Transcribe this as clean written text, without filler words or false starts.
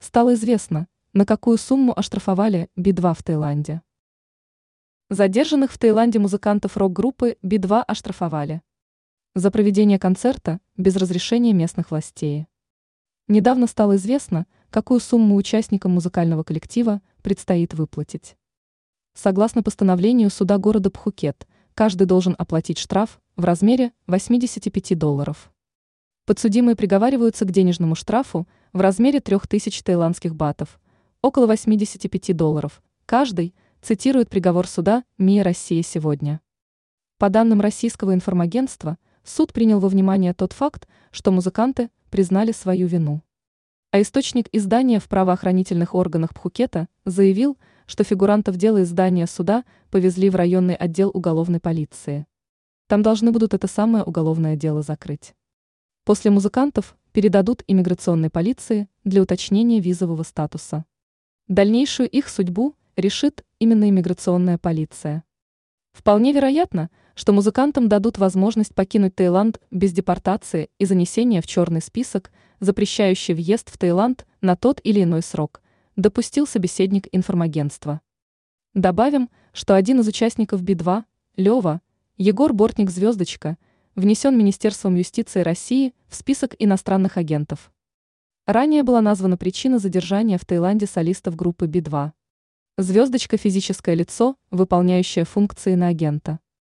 стало известно, на какую сумму оштрафовали Би-2 в Таиланде. Задержанных в Таиланде музыкантов рок-группы Би-2 оштрафовали за проведение концерта без разрешения местных властей. Недавно стало известно, какую сумму участникам музыкального коллектива предстоит выплатить. Согласно постановлению суда города Пхукет, каждый должен оплатить штраф в размере $85. Подсудимые приговариваются к денежному штрафу в размере 3000 таиландских батов, около $85. Каждый, цитирует приговор суда МИА «Россия сегодня». По данным российского информагентства, суд принял во внимание тот факт, что музыканты признали свою вину. А источник издания в правоохранительных органах Пхукета заявил, что фигурантов дела из здания суда повезли в районный отдел уголовной полиции. Там должны будут это самое уголовное дело закрыть. После музыкантов передадут иммиграционной полиции для уточнения визового статуса. Дальнейшую их судьбу решит именно иммиграционная полиция. Вполне вероятно, что музыкантам дадут возможность покинуть Таиланд без депортации и занесения в черный список, запрещающий въезд в Таиланд на тот или иной срок, допустил собеседник информагентства. Добавим, что один из участников Би-2, Лева, Егор Бортник Звездочка, внесен Министерством юстиции России в список иностранных агентов. Ранее была названа причина задержания в Таиланде солистов группы Би-2. Звездочка – физическое лицо, выполняющее функции иноагента.